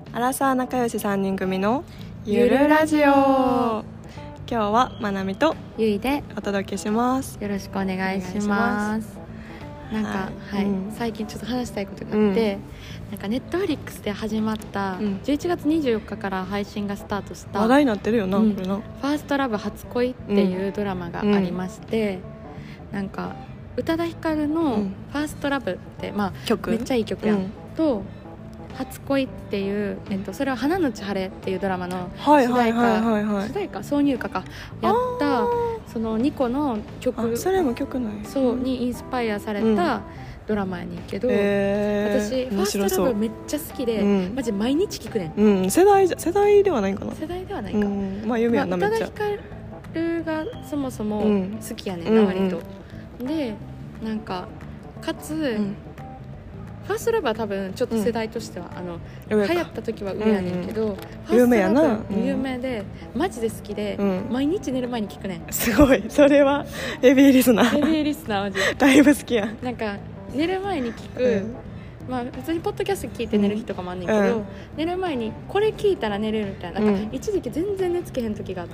アラサー仲良し3人組のゆるラジオ。今日はまなみとゆいでお届けします。 よろしくお願いします。なんか、はい、最近ちょっと話したいことがあって、なんかネットフリックスで始まった11月24日から配信がスタートした話題になってるよな、これな。 ファーストラブ初恋っていうドラマがありまして、なんか宇多田ヒカルのファーストラブって、まあ、めっちゃいい曲やん、と初恋っていう、それは花のち晴れっていうドラマの主題歌挿入歌かやったその2個の曲、 それも曲ないそうにインスパイアされたドラマやねんけど、私ファーストラブめっちゃ好きで、マジ毎日聴くねん、世代ではないかな。 世代ではないか、まあ有名やな、めっちゃ。 宇多田ヒカルがそもそも好きやねんな、割と。でなんかかつ、ファーストラブは多分ちょっと世代としては、流行った時は上やねんけど、ファーストラブ有名で、マジで好きで、毎日寝る前に聞くねん。 すごい、それはヘビーリスナー。 ヘビーリスナーマジでだいぶ好きやん。 なんか寝る前に聞く、まあ普通にポッドキャスト聞いて寝る日とかもあんねんけど、寝る前にこれ聞いたら寝れるみたいな、なんか一時期全然寝つけへん時があって、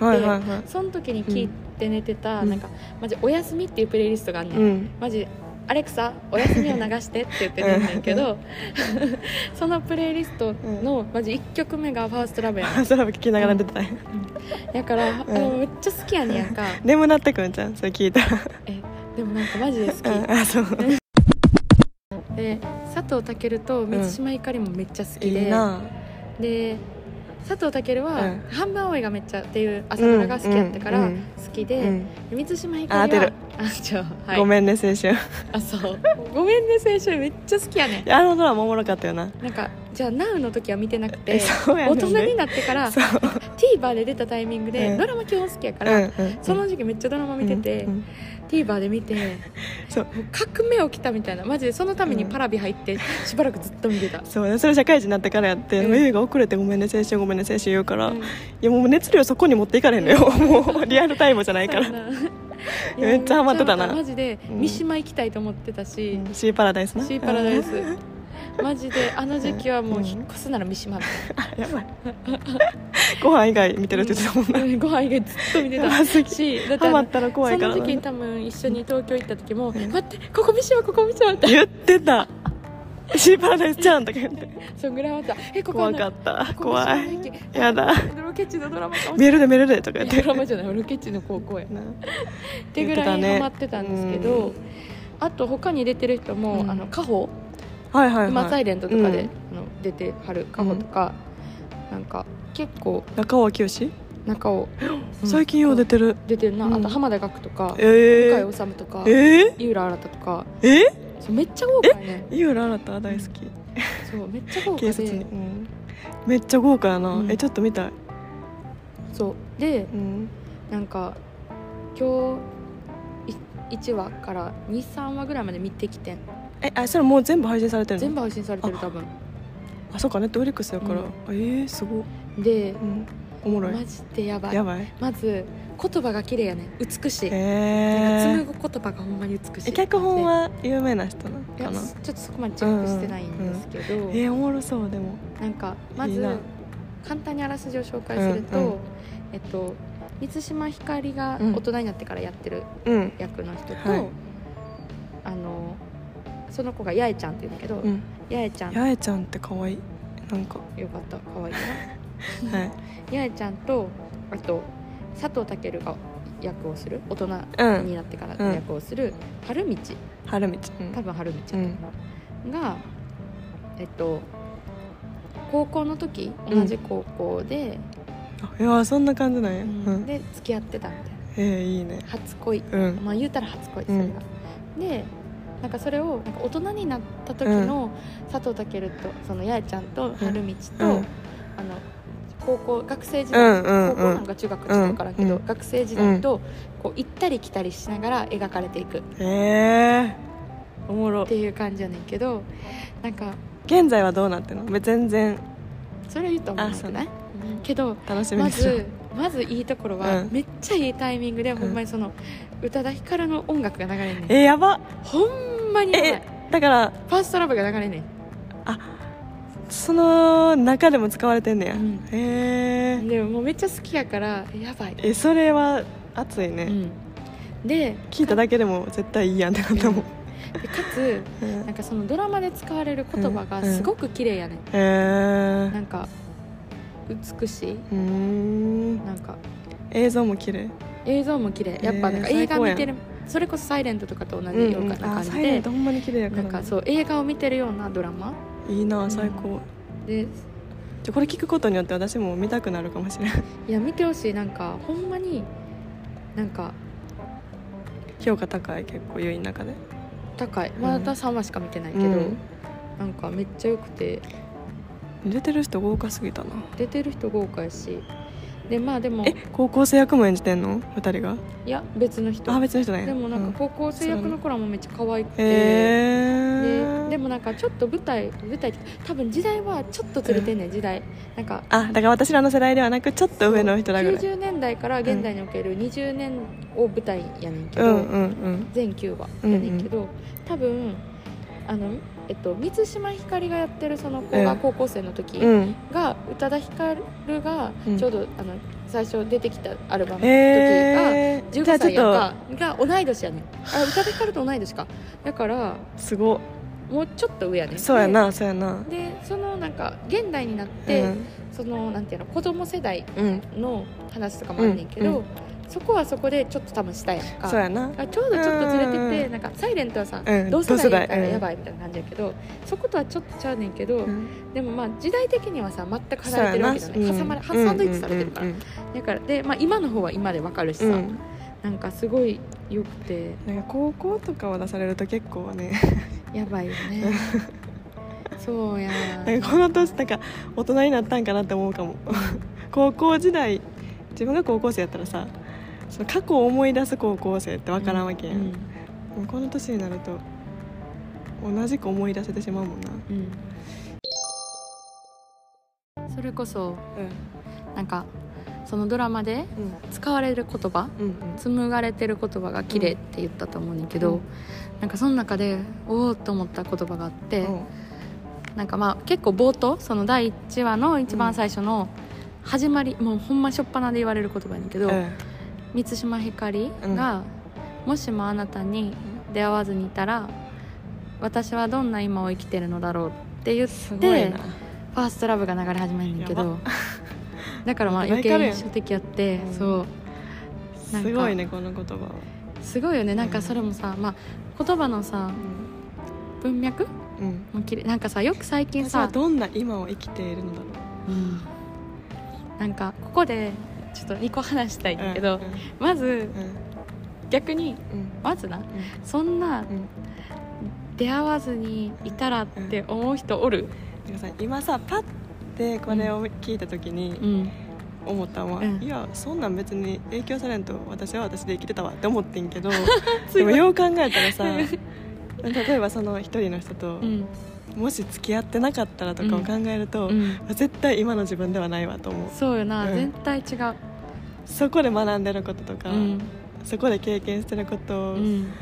その時に聞いて寝てた、なんかマジおやすみっていうプレイリストがあんねん、マジアレクサおやすみを流してって言って寝んねんけどそのプレイリストのマジ1曲目がファーストラブやん。 ファーストラブ聞きながら寝てたんや、 だから、めっちゃ好きやねんやんか。 眠なってくんじゃん、それ聞いたら。 でもなんかマジで好き、 あ、そうで佐藤健と満島ひかりもめっちゃ好きで、 いいな。で佐藤健は、半分青いがめっちゃっていう朝ドラが好きやったから好きで、満島ひかりはごめんね青春。 あ、そうごめんね青春めっちゃ好きやねん。 あのドラマおもろかったよな。 なんかじゃあ NOW の時は見てなくて、大人になってからTVer で出たタイミングで、ドラマ基本好きやから、その時期めっちゃドラマ見てて、TVer で見て、もう革命起きたみたいな、マジでそのためにパラビ入ってしばらくずっと見てた。 そうそれ社会人になってからやって、映画遅れてごめんね青春ごめんね青春言うから、いやもう熱量そこに持っていかれへんのよ、もうリアルタイムじゃないからめっちゃハマってたな。 マジで三島行きたいと思ってたし、 シーパラダイスな、 シーパラダイスマジであの時期はもう引っ越すなら三島だったやばいご飯以外見てるって言ってたもんな、 ご飯以外ずっと見てたし、だってハマったら怖いからな。 その時期に多分一緒に東京行った時も、待ってここ三島ここ三島って言ってたシーパラダイスちゃんとか言ってそんぐらいはさ、 怖かった、怖い、やだロケ地のドラマかもメールでとか言って、 ドラマじゃないロケ地の高校やなってぐらいハマってたんですけど、あと他に出てる人もカホ、今サイレントとかで出てはるカホとか、なんか結構中尾明慶最近よう出てるな、あと浜田岳とか向井理とか井浦新とか、めっちゃ豪華やね。 井浦新大好き、 そうめっちゃ豪華で、 警察に、めっちゃ豪華やな、ちょっと見たい。 そうで、なんか今日1話から 2,3 話ぐらいまで見てきてん。 それもう全部配信されてるの？ 全部配信されてる多分。 そうか、ネットフリックスやから、すごいで、 おもろい、 マジでやばい。まず言葉が綺麗やねん、美しい、紡ぐ言葉がほんまに美しい。 脚本は有名な人なのかな？ ちょっとそこまでチェックしてないんですけど、 おもろそう。でもなんかまず簡単にあらすじを紹介すると、満島ひかりが大人になってからやってる役の人と、その子が八重ちゃんって言うんだけど、八重ちゃんって可愛い、なんかよかった、可愛いな八重ちゃんと、あと佐藤健が役をする、大人になってから役をする春道、多分春道やったが、高校の時同じ高校で、 そんな感じなんや、 で付き合ってたみたいな、 いいね、 初恋、まあ言うたら初恋、それが、でなんかそれをなんか大人になった時の佐藤健とその八重ちゃんと春道と、高校学生時代、高校なんか中学ちょっと分からんけど、学生時代とこう行ったり来たりしながら描かれていく、 おもろっていう感じやねんけど、なんか現在はどうなってんの？全然それは言うと思うんだね、けど楽しみにしよう。 まずいいところは、めっちゃいいタイミングで、ほんまにその宇多田ヒカルの音楽が流れんねん。 やば、 ほんまにやばい。 だからファーストラブが流れんねん。 その中でも使われてんねや、 うん、 へえ。 でももうめっちゃ好きやからやばい。 それは熱いね、 うん、で聞いただけでも絶対いいやんってなったもん、 でかつ、なんかそのドラマで使われる言葉がすごく綺麗やね、なんか美しい、なんか映像も綺麗、 映像も綺麗、やっぱなんか映画見てる、それこそサイレントとかと同じような感じで、 サイレントほんまに綺麗やから、 なんかそう映画を見てるようなドラマ、 いいな、最高、でこれ聞くことによって私も見たくなるかもしれない。 いや見てほしい。なんかほんまになんか評価高い、結構ゆいの中で高い。まだ3話しか見てないけど、なんかめっちゃ良くて、 出てる人豪華すぎたな。 出てる人豪華やし、でまあでも高校生役も演じてんの2人が？ いや別の人。 別の人ね。 でもなんか高校生役の子らもめっちゃ可愛くて、でもなんかちょっと舞台多分時代はちょっとずれてんねん、時代なんかだから私らの世代ではなくちょっと上の人らぐらい、 90年代から現代における20年を舞台やねんけど、全9話やねんけど、多分満島ひかりがやってるその子が高校生の時が、宇多田ヒカルがちょうど最初出てきたアルバムの時が15歳やが同い年やねん。宇多田ヒカルと同い年か。だからすごもうちょっと上やねん。 そうやなそうやな。 でそのなんか現代になって、そのなんていうの子供世代の話とかもあんねんけど、そこはそこでちょっと多分下やんか。 そうやな。 ちょうどちょっとずれてて、なんかサイレントはさ、同世代やからやばいみたいな感じやけど、そことはちょっとちゃうねんけど、でもまあ時代的にはさ全く離れてるわけじゃない。サンドイッチされてるから。だからで今の方は今でわかるしさ、なんかすごい良くて。 なんか高校とかを出されると結構ねやばいよね。そうや。 この年なんか大人になったんかなって思うかも。高校時代自分が高校生やったらさ。その過去を思い出す高校生って分からんわけやん、この年になると同じく思い出せてしまうもんな、 それこそ、なんかそのドラマで使われる言葉、紡がれてる言葉が綺麗って言ったと思うねんけど、なんかその中でおおと思った言葉があって、なんかまあ結構冒頭その第1話の一番最初の始まり、もうほんましょっぱなで言われる言葉やねんけど、満島ひかりが、もしもあなたに出会わずにいたら私はどんな今を生きてるのだろうって言ってファーストラブが流れ始めるんだけど、だからまあ余計印象的やって、そうなんかすごいねこの言葉は。 すごいよね。なんかそれもさ、まあ、言葉のさ、文脈もきれい。なんかさよく最近さどんな今を生きているのだろう、なんかここでちょっと2個話したいんだけど、まず、逆に、まずな、そんな、出会わずにいたらって思う人おる？ 今さパッてこれを聞いた時に思ったのは、いやそんなん別に影響されんと私は私で生きてたわって思ってんけどでもよう考えたらさ例えばその一人の人と、もし付き合ってなかったらとかを考えると、絶対今の自分ではないわと思う。 そうよな、絶対違う。 そこで学んでることとか、そこで経験してること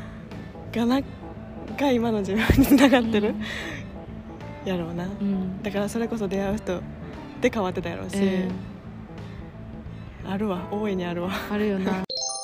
が今の自分につながってる、やろうな、だからそれこそ出会う人で変わってたやろうし、あるわ、大いにあるわ。 あるよな。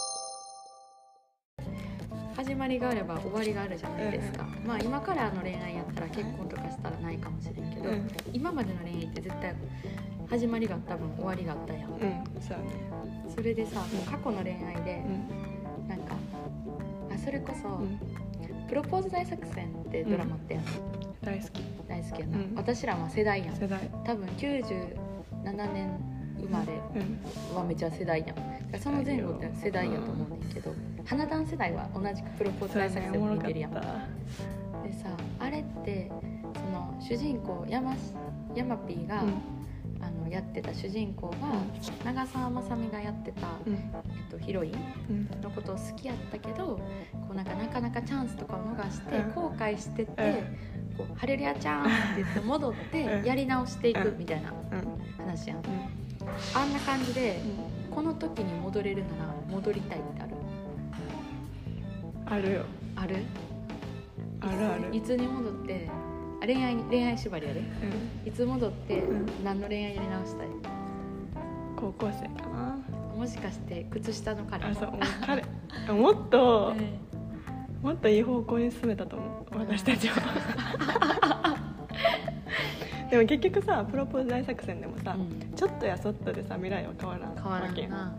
始まりがあれば終わりがあるじゃないですか、まあ今からの恋愛やったら結婚とかしたらないかもしれんけど、今までの恋愛って絶対始まりが多分終わりがあったやん、 そうね。 それでさ、もう過去の恋愛で、なんかそれこそ、プロポーズ大作戦ってドラマってやん、 大好きやな、私らは世代やん。多分97年生まれはめちゃ世代やん。その前後って世代やと思うねんけど、花壇世代は同じくプロポーズ大作戦を見てるやん。でさ、あれってその主人公ヤマピーが、やってた主人公が、長澤まさみがやってた、ヒロインのことを好きやったけど、こうなかなかチャンスとかを逃して後悔してて、こうハレルヤちゃんって言って戻ってやり直していくみたいな話やん。あんな感じで、この時に戻れるなら戻りたいってある？ あるよ。 ある？ ある。 いつに戻って恋愛縛りやで、いつ戻って何の恋愛やり直したい？ 高校生かな。 もしかして靴下の彼？ そう彼もっともっといい方向に進めたと思う私たちはでも結局さプロポーズ大作戦でもさ、ちょっとやそっとでさ未来は変わらんわけや、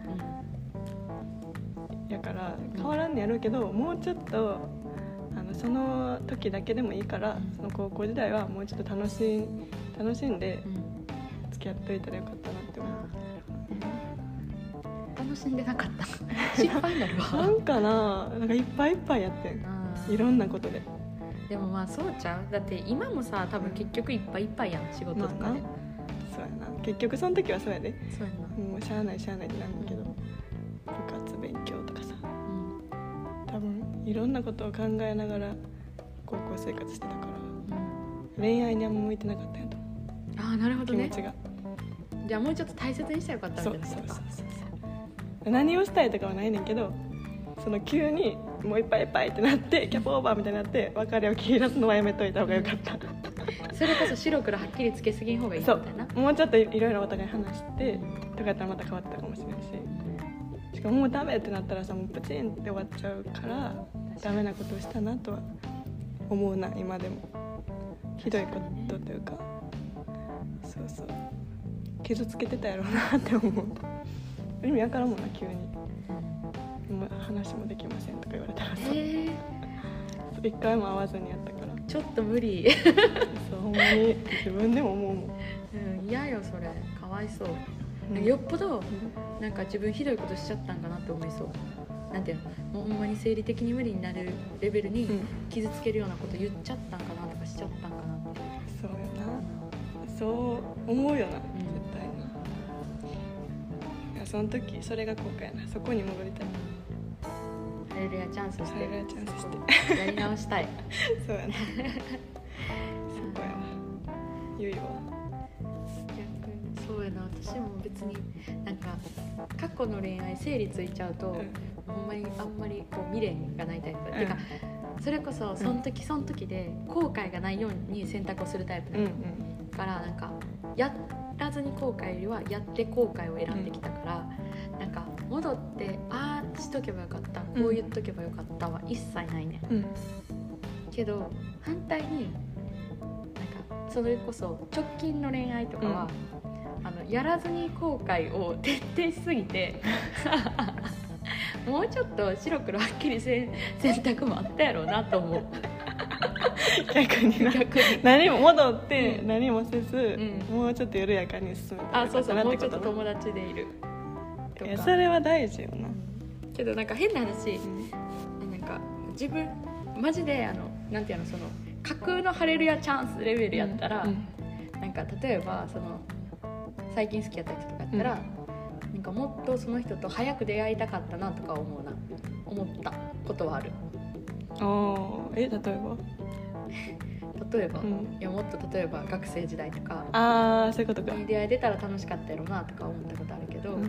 だから変わらんのやろうけど、もうちょっとその時だけでもいいから、その高校時代はもうちょっと楽しんで付き合っといたらよかったなって思う。 楽しんでなかった失敗になるわなんかいっぱいいっぱいやってん、いろんなことで。 でもまあそうちゃう、だって今もさ多分結局いっぱいいっぱいやん、仕事とかで、そうやな、結局その時はそうやで、 そうやな、 もうしゃあないってなんだけど、部活勉強とかさ、多分いろんなことを考えながら高校生活してたから、恋愛にあんま向いてなかったんやと思う。 ああなるほどね、 気持ちが。 じゃあもうちょっと大切にしたらよかったんじゃないですか。 そう何をしたいとかはないねんけど、その急にもういっぱいいっぱいってなってキャプオーバーみたいになって別れを切り出すのはやめといた方がよかった、 それこそ白黒はっきりつけすぎん方がいいみたいな。 もうちょっといろいろお互い話してとかやったらまた変わったかもしれないし、しかももうダメってなったらさ、もうプチンって終わっちゃうからダメなことをしたなとは思うな、今でも。ひどいことというか、そう傷つけてたやろうなって思う。意味わからんもんな、急にもう話もできませんとか言われたらさ、一回も会わずにやったからちょっと無理そうほんまに自分でも思うもん。 嫌よそれ、かわいそう、よっぽどなんか自分ひどいことしちゃったんかなって思いそう。なんていうの、もうほんまに生理的に無理になるレベルに傷つけるようなこと言っちゃったんかなとかしちゃったんかなって。 そうよな、そう思うよな、絶対に。いやその時それが後悔やな、そこに戻りたい。 ハレルヤチャンスして、やり直したいそうやなそこやな、ゆいは逆にそうやな。私も別になんか過去の恋愛整理ついちゃうと、ほんまにあんまりこう未練がないタイプ、てかそれこそその時その時で後悔がないように選択をするタイプだから、なんかやらずに後悔よりはやって後悔を選んできたから、なんか戻ってああしとけばよかった、こう言っとけばよかったは一切ないね、けど反対になんかそれこそ直近の恋愛とかは、やらずに後悔を徹底しすぎてもうちょっと白黒はっきり選択もあったやろうなと思う逆に何も戻って何もせず、もうちょっと緩やかに進めたらよかったなってこと。 もうちょっと友達でいるとか。 それは大事よな、 けどなんか変な話、なんか自分マジでなんていうの、その架空のハレルヤチャンスレベルやったら、なんか例えばその最近好きやった人とかやったら、なんかもっとその人と早く出会いたかったなとか思ったことはある。 例えばいやもっと例えば学生時代とかそういうことかに出会い出たら楽しかったやろうなとか思ったことあるけど、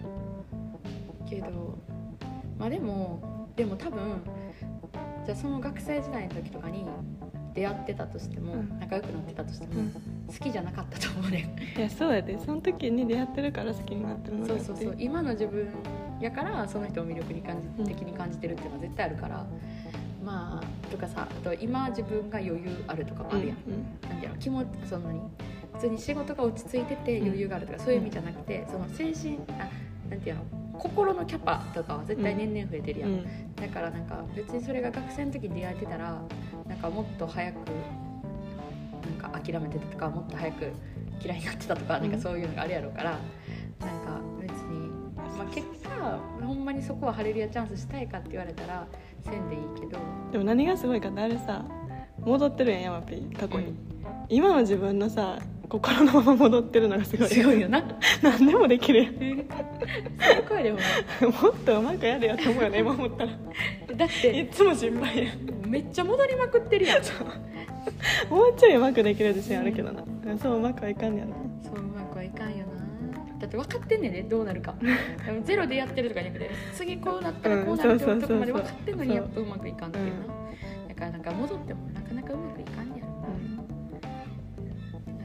まあでも多分じゃあその学生時代の時とかに出会ってたとしても、仲良くなってたとしても、好きじゃなかったと思うね。 いやそうやで、その時に出会ってるから好きになってるのだって。 そう今の自分やからその人を魅力的に感じてるっていうのは絶対あるから、まあとかさ、あと今自分が余裕あるとかもあるやん、なんていうの、気持ちそんなに普通に仕事が落ち着いてて余裕があるとか、そういう意味じゃなくて、その精神なんていうの、心のキャパとかは絶対年々増えてるやん、だからなんか別にそれが学生の時に出会えてたら、なんかもっと早くなんか諦めてたとか、もっと早く嫌いになってたとか、なんかそういうのがあるやろうから、なんか別に、まあ、結果ほんまにそこはハレルヤチャンスしたいかって言われたらせんでいいけど、 でも何がすごいかって、あれさ戻ってるやん、ヤマピー過去に、今の自分のさ心のまま戻ってるのがすごいよな何でもできるやん最高やでももっとうまくやれよと思うよね、今思ったら。 だっていつも失敗やん、 めっちゃ戻りまくってるやんもうちょいうまくできる自信あるけどな、そううまくはいかんねやろな。 そううまくはいかんよな、だって分かってんねんね、どうなるかでもゼロでやってるとかじゃなくて、次こうなったらこうなるってとこまで分かってんのにやっぱうまくいかんっていうな、だからなんか戻ってもなかなかうまくいかんやろな、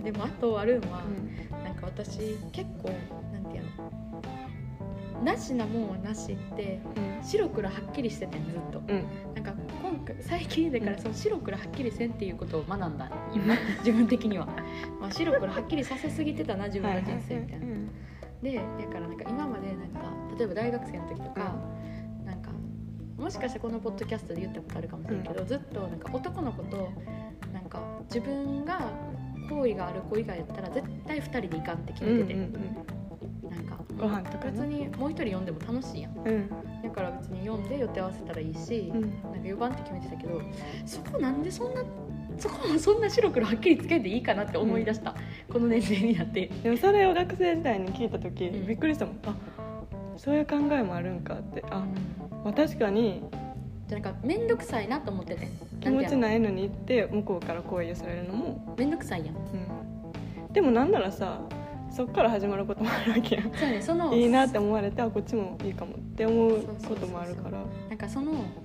でもあとあるんは、なんか私結構なんていうの、なしなもんはなしって白黒はっきりしててんずっと、なんか今回最近だからその白黒はっきりせんっていうことを学んだ今自分的には、まあ、白黒はっきりさせすぎてたな自分の人生みたいな、でだからなんか今までなんか例えば大学生の時とか、なんかもしかしてこのポッドキャストで言ったことあるかもしれないけど、ずっとなんか男の子となんか自分が好意がある子以外やったら絶対2人で行かんって決めてて、なんかご飯とか別にもう一人呼んでも楽しいやん、だから別に呼んで予定合わせたらいいし、なんか呼ばんって決めてたけど、そこなんでそんな白黒はっきりつけんでいいかなって思い出した、この年齢になって。 でもそれを学生時代に聞いた時、びっくりしたもん。あ、そういう考えもあるんかって。あ、まあ、確かになんか面倒くさいなと思ってて、 気持ちないのに行って向こうから好意をされるのも面倒くさいやん、 でもなんならさ、そっから始まることもあるわけやん。 そうね、そのいいなって思われて、あ、こっちもいいかもって思うこともあるから、 なんかそ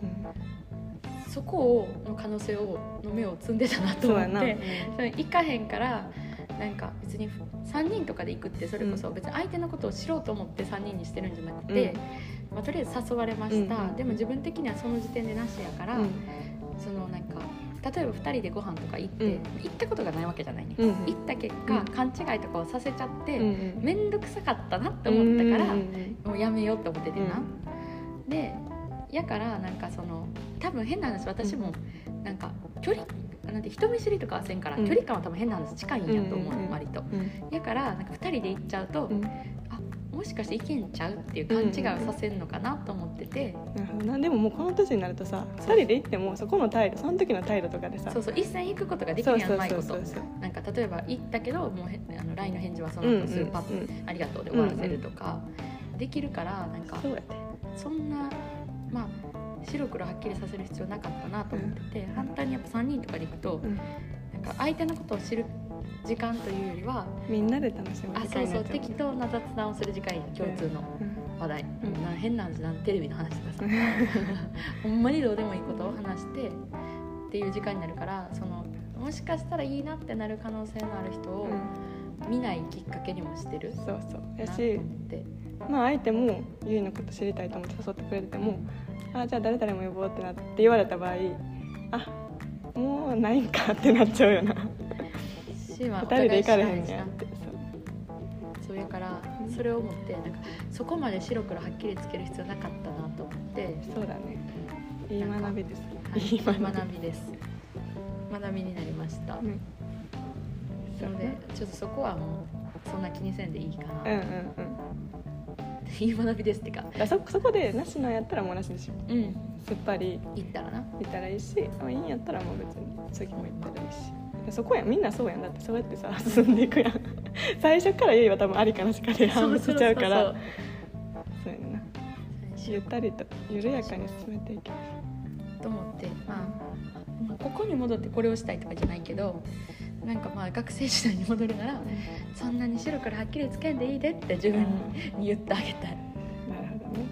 この可能性の目を摘んでたなと思って、行かへんから、なんか別に3人とかで行くってそれこそ別に相手のことを知ろうと思って3人にしてるんじゃなくて、まあ、とりあえず誘われました、でも自分的にはその時点でなしやから、そのなんか例えば2人でご飯とか行って、行ったことがないわけじゃないね、行った結果、勘違いとかをさせちゃって、面倒くさかったなって思ったから、もうやめようって思っててな、でやからなんかその多分変な話、私もなんか距離なんて人見知りとかはせんから、距離感は多分変な話近いんやと思う、割と、やからなんか2人で行っちゃうと、あ、もしかしていけんちゃうっていう勘違いをさせるのかなと思ってて、 なるほどな。でももうこの年になるとさ、2人で行ってもそこの態度、その時の態度とかでさ、 一線行くことができるやん、うまいこと。なんか例えば行ったけどもうLINE の返事はその後すぐパッとありがとうで終わらせるとかできるから、なんかそんなまあ白黒はっきりさせる必要なかったなと思ってて、反対にやっぱ3人とかで行くと、なんか相手のことを知る時間というよりはみんなで楽しむ時間になっちゃう。 適当な雑談をする時間に共通の話題、変な話なんテレビの話とかさほんまにどうでもいいことを話してっていう時間になるから、そのもしかしたらいいなってなる可能性のある人を見ないきっかけにもしてる、 そうやし、まあ相手もゆいのこと知りたいと思って誘ってくれてても、あ、じゃあ誰々も呼ぼうってなって言われた場合、あ、もうないんかってなっちゃうよな。2人で行かれへんねやって。 そうやから、それを思ってなんかそこまで白黒はっきりつける必要なかったなと思って。 そうだね、いい学びです、 いい学びです。学びになりました、なのでちょっとそこはもうそんな気にせんでいいかな、いい学びですってか、 そこでなしなんやったらもうなしでしょ、すっぱり行ったらいいし、 いいんやったらもう別に次も行ったらいいし、そこやん、みんなそうやん。だってそうやってさ進んでいくやん最初からゆいは多分ありかなしかで判断しちゃうから、そうやな、ゆったりと緩やかに進めていきますと思って、まあここに戻ってこれをしたいとかじゃないけど、なんかまあ学生時代に戻るなら、そんなに白黒はっきりつけんでいいでって自分に言ってあげたい。 なるほどね。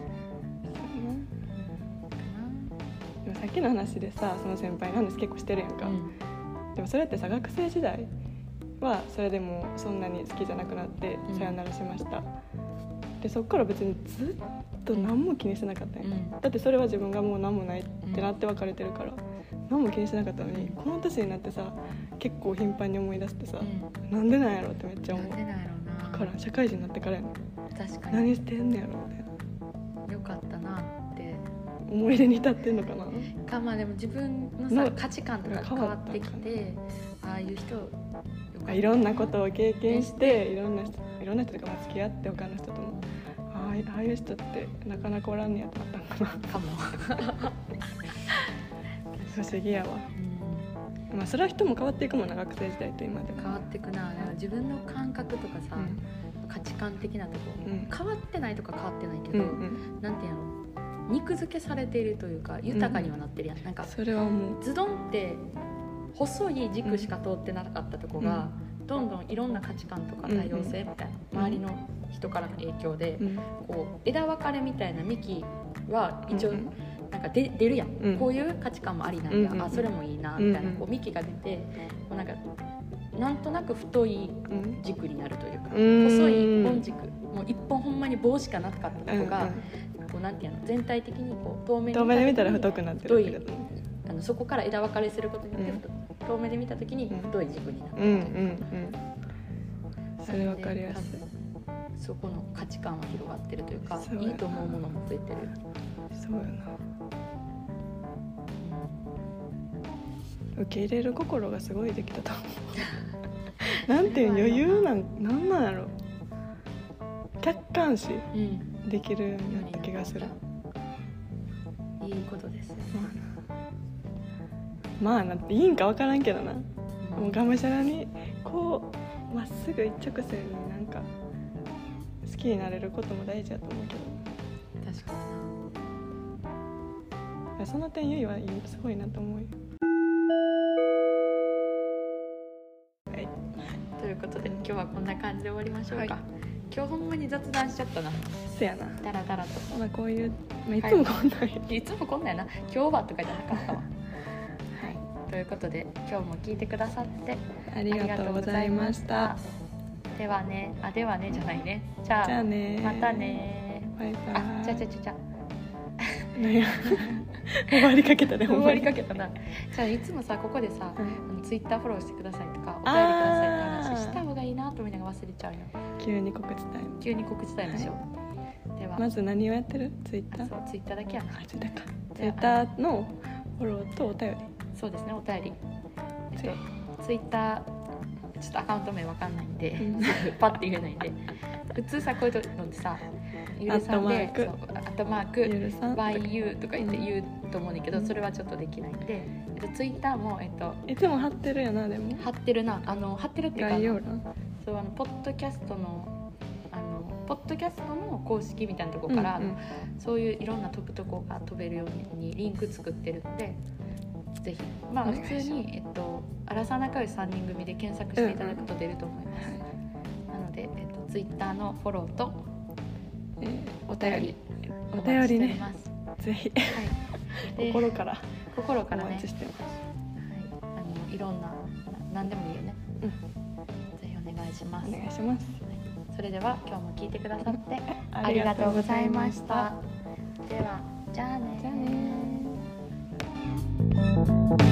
でもさっきの話でさ、その先輩の話結構してるやんか、でもそれってさ、学生時代はそれでもそんなに好きじゃなくなってさよならしました、でそっから別にずっと何も気にしてなかったんや、だってそれは自分がもう何もないってなって別れてるから、何も気にしてなかったのに、この年になってさ結構頻繁に思い出してさ、なんでなんやろってめっちゃ思う。 なんでなんやろうな。 だから社会人になってからやねん。 確かに何してんねやろみたいな。 よかったなって思い出に至ってんのかな。 まあでも自分のさ価値観とか変わってきて、ああいう人いろんなことを経験していろんな人とか付き合って他の人ともああいう人ってなかなかおらんねやと思ったのかな。 かも不思議やわ、まあ、それは人も変わっていくもんな、学生時代と今でも変わっていくな。自分の感覚とかさ、価値観的なとこ、変わってないとか変わってないけど、なんていうの、肉付けされているというか豊かにはなってるやん、なんかそれはもうズドンって細い軸しか通ってなかったとこが、どんどんいろんな価値観とか多様性みたいな、周りの人からの影響で、こう枝分かれみたいな幹は一応なんか出るやん、こういう価値観もありなんや、あそれもいいなみたいな、こう幹が出て、こうなんかなんとなく太い軸になるというか、細い一本軸、もう一本ほんまに棒しかなかったとこが、こうなんていうの、全体的にこう遠目で見たら太くなってるけど、そこから枝分かれすることによって、遠目で見た時に太い軸になってるというか、 それ分かりやすい。 そこの価値観は広がってるというか、いいと思うものも増えてる。 そうやな。受け入れる心がすごいできたと思うなんていう余裕なんなんやろ、客観視できるようになった気がする。 いいことですよね。 まあなっていいんか分からんけどな、もうがむしゃらにこうまっすぐ一直線になんか好きになれることも大事だと思うけど。 確かにな。その点ゆいはすごいなと思うよ。はい、 ということで今日はこんな感じで終わりましょうか。今日ほんまに雑談しちゃったな。 せやな。 ダラダラと。 まあこういう、いつもこんなんや。 いつもこんなんやな。今日はとかじゃなかったわ。はい。ということで今日も聞いてくださってありがとうございました。 ではね、ではねじゃないね。じゃあね。またね。 バイバイ。 じゃ。 何や。終わりかけたね。 終わりかけたな。じゃあいつもさここでさ、ツイッターフォローしてくださいとかお便りくださいって話した方がいいなと思いながら忘れちゃうよ。 急に告知タイム。 急に告知タイムでしょ。ではまず何をやってる？ツイッター？ そう、ツイッターだけやな。 ツイッターか。ツイッターのフォローとお便り。 そうですね、お便り。ツイッターちょっとアカウント名わかんないんで、パッて言えないんで。普通さこういうのってさ、ゆるさんでアットマーク YU とか言って言うと思うんだけど、それはちょっとできないんで、ツイッターもいつも貼ってるよな。でも貼ってるな。貼ってるっていうか、 概要欄。 そう、ポッドキャストの公式みたいなところから、そういういろんな飛ぶとこが飛べるようにリンク作ってるので、ぜひまあ普通にアラサー仲良し3人組で検索していただくと出ると思います。なのでツイッターのフォローとお便りね。 ぜひ、 はい、 心からねお待ちしてます。はい、いろんな何でもいいよね。ぜひお願いします。 お願いします。 それでは今日も聞いてくださってありがとうございました。ではじゃあね。